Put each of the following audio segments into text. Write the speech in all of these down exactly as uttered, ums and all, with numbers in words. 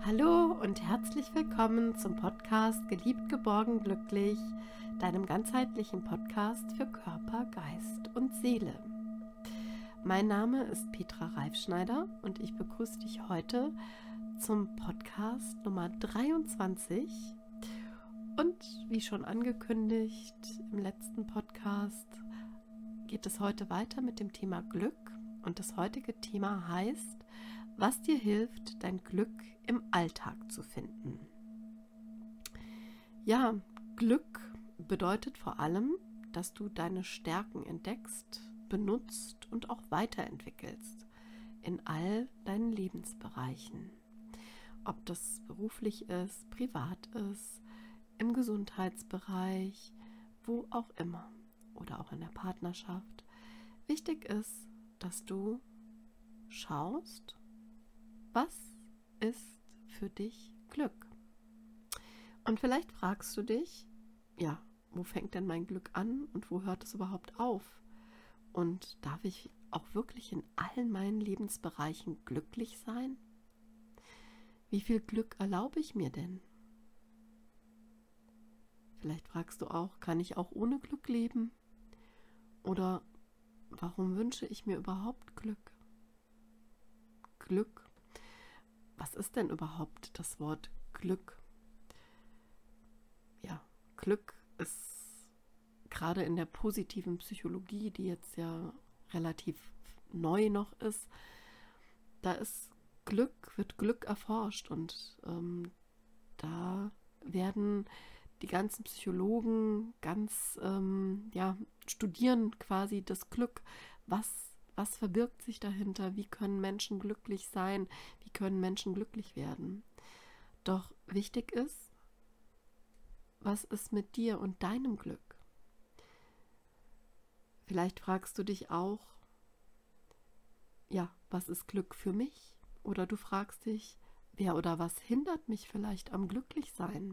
Hallo und herzlich willkommen zum Podcast Geliebt, geborgen, glücklich, deinem ganzheitlichen Podcast für Körper, Geist und Seele. Mein Name ist Petra Reifschneider und ich begrüße dich heute zum Podcast Nummer dreiundzwanzig. Und wie schon angekündigt im letzten Podcast geht es heute weiter mit dem Thema Glück. Und das heutige Thema heißt, was dir hilft, dein Glück im Alltag zu finden. Ja, Glück bedeutet vor allem, dass du deine Stärken entdeckst, benutzt und auch weiterentwickelst in all deinen Lebensbereichen. Ob das beruflich ist, privat ist, im Gesundheitsbereich, wo auch immer oder auch in der Partnerschaft. Wichtig ist, dass du schaust, was ist für dich Glück? Und vielleicht fragst du dich, ja, wo fängt denn mein Glück an und wo hört es überhaupt auf? Und darf ich auch wirklich in allen meinen Lebensbereichen glücklich sein? Wie viel Glück erlaube ich mir denn? Vielleicht fragst du auch, kann ich auch ohne Glück leben? Oder warum wünsche ich mir überhaupt Glück? Glück. Was ist denn überhaupt das Wort Glück? Ja, Glück ist gerade in der positiven Psychologie, die jetzt ja relativ neu noch ist, da ist Glück, wird Glück erforscht und ähm, da werden die ganzen Psychologen ganz, ähm, ja, studieren quasi das Glück, was Was verbirgt sich dahinter? Wie können Menschen glücklich sein? Wie können Menschen glücklich werden? Doch wichtig ist, was ist mit dir und deinem Glück? Vielleicht fragst du dich auch, ja, was ist Glück für mich? Oder du fragst dich, wer oder was hindert mich vielleicht am Glücklichsein?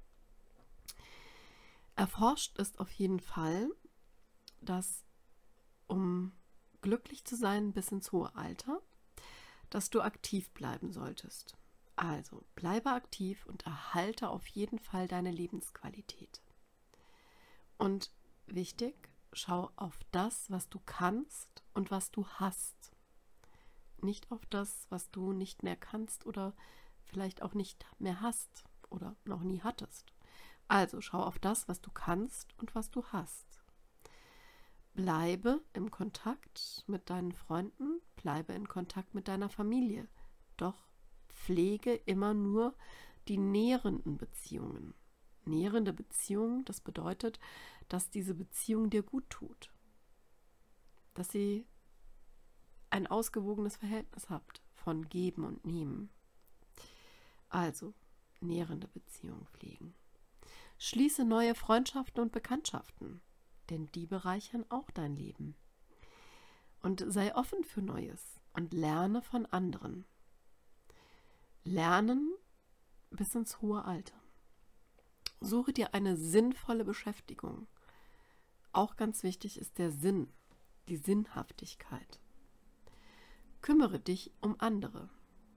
Erforscht ist auf jeden Fall, dass um glücklich zu sein bis ins hohe Alter, dass du aktiv bleiben solltest. Also bleibe aktiv und erhalte auf jeden Fall deine Lebensqualität. Und wichtig, schau auf das, was du kannst und was du hast. Nicht auf das, was du nicht mehr kannst oder vielleicht auch nicht mehr hast oder noch nie hattest. Also schau auf das, was du kannst und was du hast. Bleibe im Kontakt mit deinen Freunden, bleibe in Kontakt mit deiner Familie. Doch pflege immer nur die nährenden Beziehungen. Nährende Beziehungen, das bedeutet, dass diese Beziehung dir gut tut. Dass sie ein ausgewogenes Verhältnis habt von Geben und Nehmen. Also, nährende Beziehungen pflegen. Schließe neue Freundschaften und Bekanntschaften. Denn die bereichern auch dein Leben. Und sei offen für Neues und lerne von anderen. Lernen bis ins hohe Alter. Suche dir eine sinnvolle Beschäftigung. Auch ganz wichtig ist der Sinn, die Sinnhaftigkeit. Kümmere dich um andere.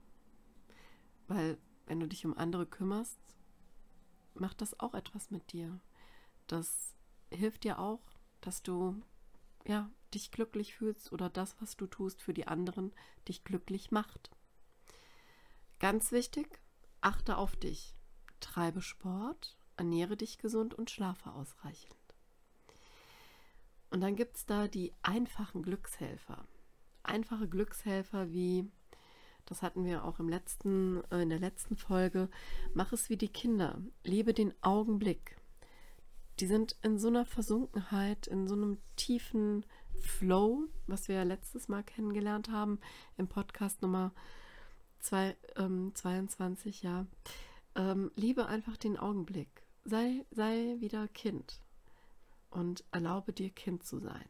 Weil wenn du dich um andere kümmerst, macht das auch etwas mit dir. Das hilft dir auch, dass du ja, dich glücklich fühlst oder das, was du tust für die anderen, dich glücklich macht. Ganz wichtig, achte auf dich. Treibe Sport, ernähre dich gesund und schlafe ausreichend. Und dann gibt es da die einfachen Glückshelfer. Einfache Glückshelfer wie, das hatten wir auch im letzten, äh, in der letzten Folge, mach es wie die Kinder, lebe den Augenblick. Die sind in so einer Versunkenheit, in so einem tiefen Flow, was wir ja letztes Mal kennengelernt haben, im Podcast Nummer zwei, ähm, zweiundzwanzig, ja. Ähm, liebe einfach den Augenblick. Sei, sei wieder Kind und erlaube dir, Kind zu sein.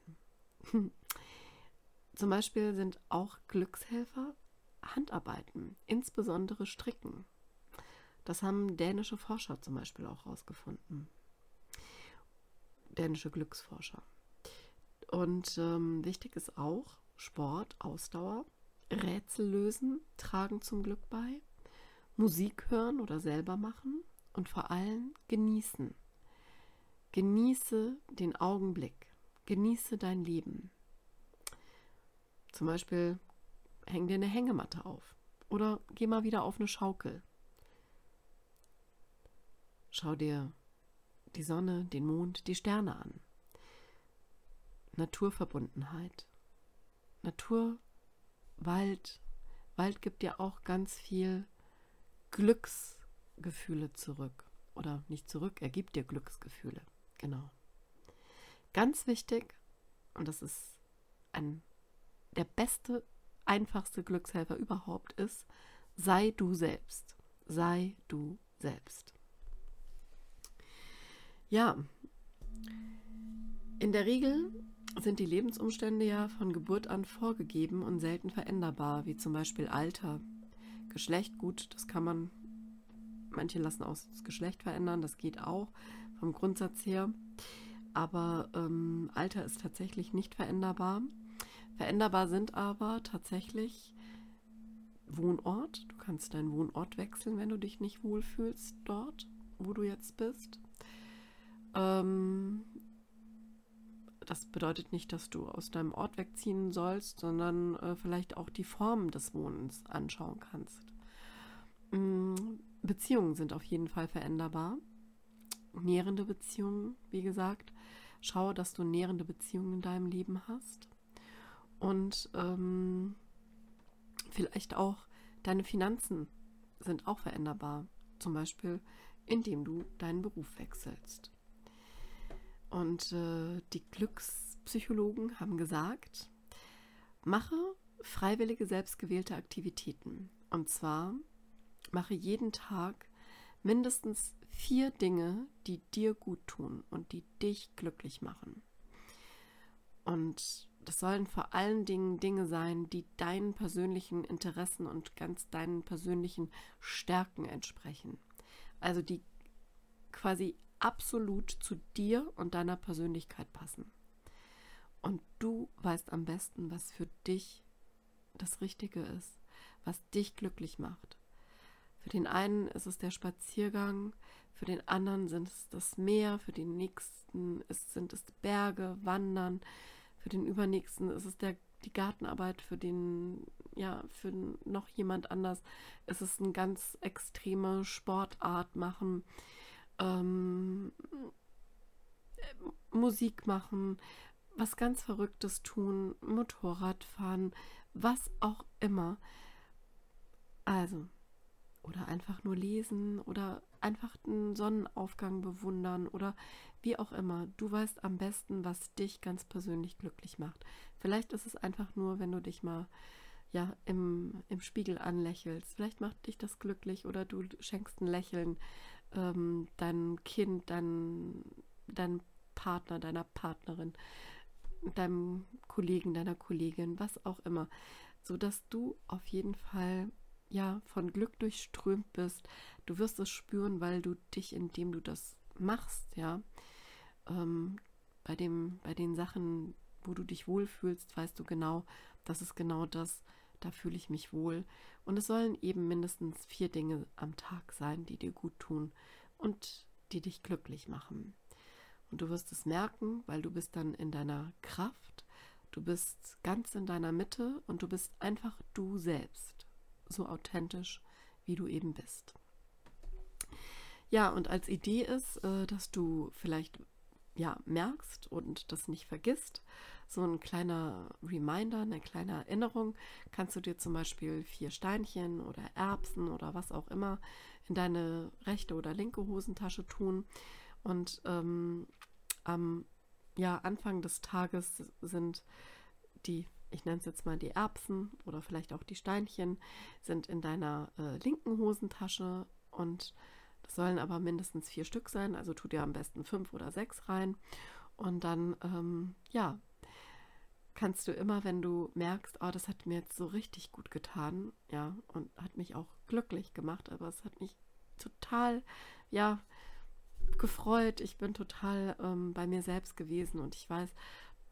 Zum Beispiel sind auch Glückshelfer Handarbeiten, insbesondere Stricken. Das haben dänische Forscher zum Beispiel auch herausgefunden. Dänische Glücksforscher. Und ähm, wichtig ist auch Sport, Ausdauer, Rätsel lösen, tragen zum Glück bei, Musik hören oder selber machen und vor allem genießen. Genieße den Augenblick. Genieße dein Leben. Zum Beispiel häng dir eine Hängematte auf oder geh mal wieder auf eine Schaukel. Schau dir die Sonne, den Mond, die Sterne an. Naturverbundenheit. Natur, Wald. Wald gibt dir auch ganz viel Glücksgefühle zurück. Oder nicht zurück, er gibt dir Glücksgefühle. Genau. Ganz wichtig, und das ist ein, der beste, einfachste Glückshelfer überhaupt ist, sei du selbst. Sei du selbst. Ja, in der Regel sind die Lebensumstände ja von Geburt an vorgegeben und selten veränderbar, wie zum Beispiel Alter. Geschlecht, gut, das kann man, manche lassen auch das Geschlecht verändern, das geht auch vom Grundsatz her, aber ähm, Alter ist tatsächlich nicht veränderbar. Veränderbar sind aber tatsächlich Wohnort. Du kannst deinen Wohnort wechseln, wenn du dich nicht wohlfühlst dort, wo du jetzt bist. Ähm, das bedeutet nicht, dass du aus deinem Ort wegziehen sollst, sondern äh, vielleicht auch die Form des Wohnens anschauen kannst. Ähm, Beziehungen sind auf jeden Fall veränderbar. Nährende Beziehungen, wie gesagt. Schau, dass du nährende Beziehungen in deinem Leben hast. Und ähm, vielleicht auch deine Finanzen sind auch veränderbar. Zum Beispiel, indem du deinen Beruf wechselst. Und äh, die Glückspsychologen haben gesagt, mache freiwillige, selbstgewählte Aktivitäten. Und zwar mache jeden Tag mindestens vier Dinge, die dir gut tun und die dich glücklich machen. Und das sollen vor allen Dingen Dinge sein, die deinen persönlichen Interessen und ganz deinen persönlichen Stärken entsprechen. Also die quasi absolut zu dir und deiner Persönlichkeit passen. Und du weißt am besten, was für dich das Richtige ist, was dich glücklich macht. Für den einen ist es der Spaziergang, für den anderen sind es das Meer, für den nächsten ist, sind es Berge, Wandern, für den übernächsten ist es der, die Gartenarbeit, für den, ja, für noch jemand anders ist es eine ganz extreme Sportart machen, ähm, Musik machen, was ganz Verrücktes tun, Motorrad fahren, was auch immer. Also, oder einfach nur lesen oder einfach einen Sonnenaufgang bewundern oder wie auch immer. Du weißt am besten, was dich ganz persönlich glücklich macht. Vielleicht ist es einfach nur, wenn du dich mal ja, im, im Spiegel anlächelst. Vielleicht macht dich das glücklich oder du schenkst ein Lächeln ähm, deinem Kind, dein, deinem Partner, deiner Partnerin, deinem Kollegen, deiner Kollegin, was auch immer, sodass du auf jeden Fall ja von Glück durchströmt bist. Du wirst es spüren, weil du dich, indem du das machst, ja, ähm, bei dem, bei den Sachen, wo du dich wohlfühlst, weißt du genau, das ist genau das, da fühle ich mich wohl. Und es sollen eben mindestens vier Dinge am Tag sein, die dir gut tun und die dich glücklich machen. Und du wirst es merken, weil du bist dann in deiner Kraft, du bist ganz in deiner Mitte und du bist einfach du selbst, so authentisch, wie du eben bist. Ja, und als Idee ist, äh, dass du vielleicht ja, merkst und das nicht vergisst, so ein kleiner Reminder, eine kleine Erinnerung, kannst du dir zum Beispiel vier Steinchen oder Erbsen oder was auch immer in deine rechte oder linke Hosentasche tun. Und ähm, am ja, Anfang des Tages sind die, ich nenne es jetzt mal die Erbsen oder vielleicht auch die Steinchen, sind in deiner äh, linken Hosentasche und das sollen aber mindestens vier Stück sein, also tu dir am besten fünf oder sechs rein. Und dann, ähm, ja, kannst du immer, wenn du merkst, oh, das hat mir jetzt so richtig gut getan, ja, und hat mich auch glücklich gemacht, aber es hat mich total, ja, gefreut. Ich bin total ähm, bei mir selbst gewesen und ich weiß,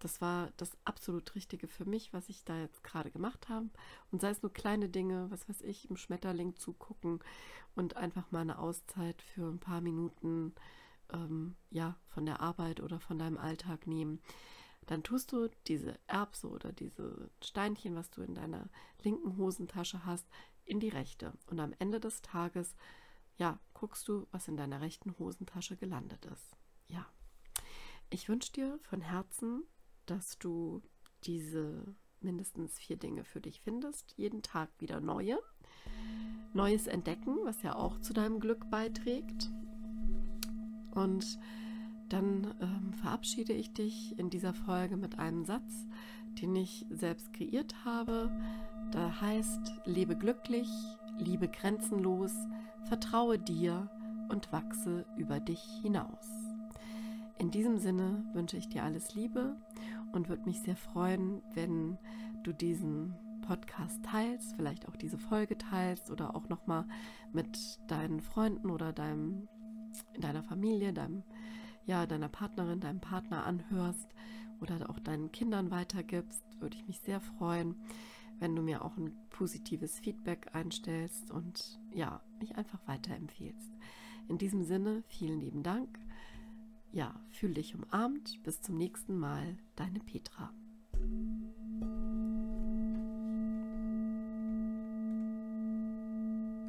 das war das absolut Richtige für mich, was ich da jetzt gerade gemacht habe. Und sei es nur kleine Dinge, was weiß ich, im Schmetterling zugucken und einfach mal eine Auszeit für ein paar Minuten ähm, ja, von der Arbeit oder von deinem Alltag nehmen. Dann tust du diese Erbse oder diese Steinchen, was du in deiner linken Hosentasche hast, in die rechte. Und am Ende des Tages, ja, guckst du, was in deiner rechten Hosentasche gelandet ist. Ja, ich wünsche dir von Herzen, dass du diese mindestens vier Dinge für dich findest, jeden Tag wieder neue. Neues entdecken, was ja auch zu deinem Glück beiträgt. Und dann ähm, verabschiede ich dich in dieser Folge mit einem Satz, den ich selbst kreiert habe. Da heißt: Lebe glücklich, liebe grenzenlos, vertraue dir und wachse über dich hinaus. In diesem Sinne wünsche ich dir alles Liebe und würde mich sehr freuen, wenn du diesen Podcast teilst, vielleicht auch diese Folge teilst oder auch nochmal mit deinen Freunden oder deinem, in deiner Familie, deinem, ja, deiner Partnerin, deinem Partner anhörst oder auch deinen Kindern weitergibst. Würde ich mich sehr freuen, wenn du mir auch ein positives Feedback einstellst und ja, mich einfach weiterempfehlst. In diesem Sinne, vielen lieben Dank. Ja, fühl dich umarmt. Bis zum nächsten Mal, deine Petra.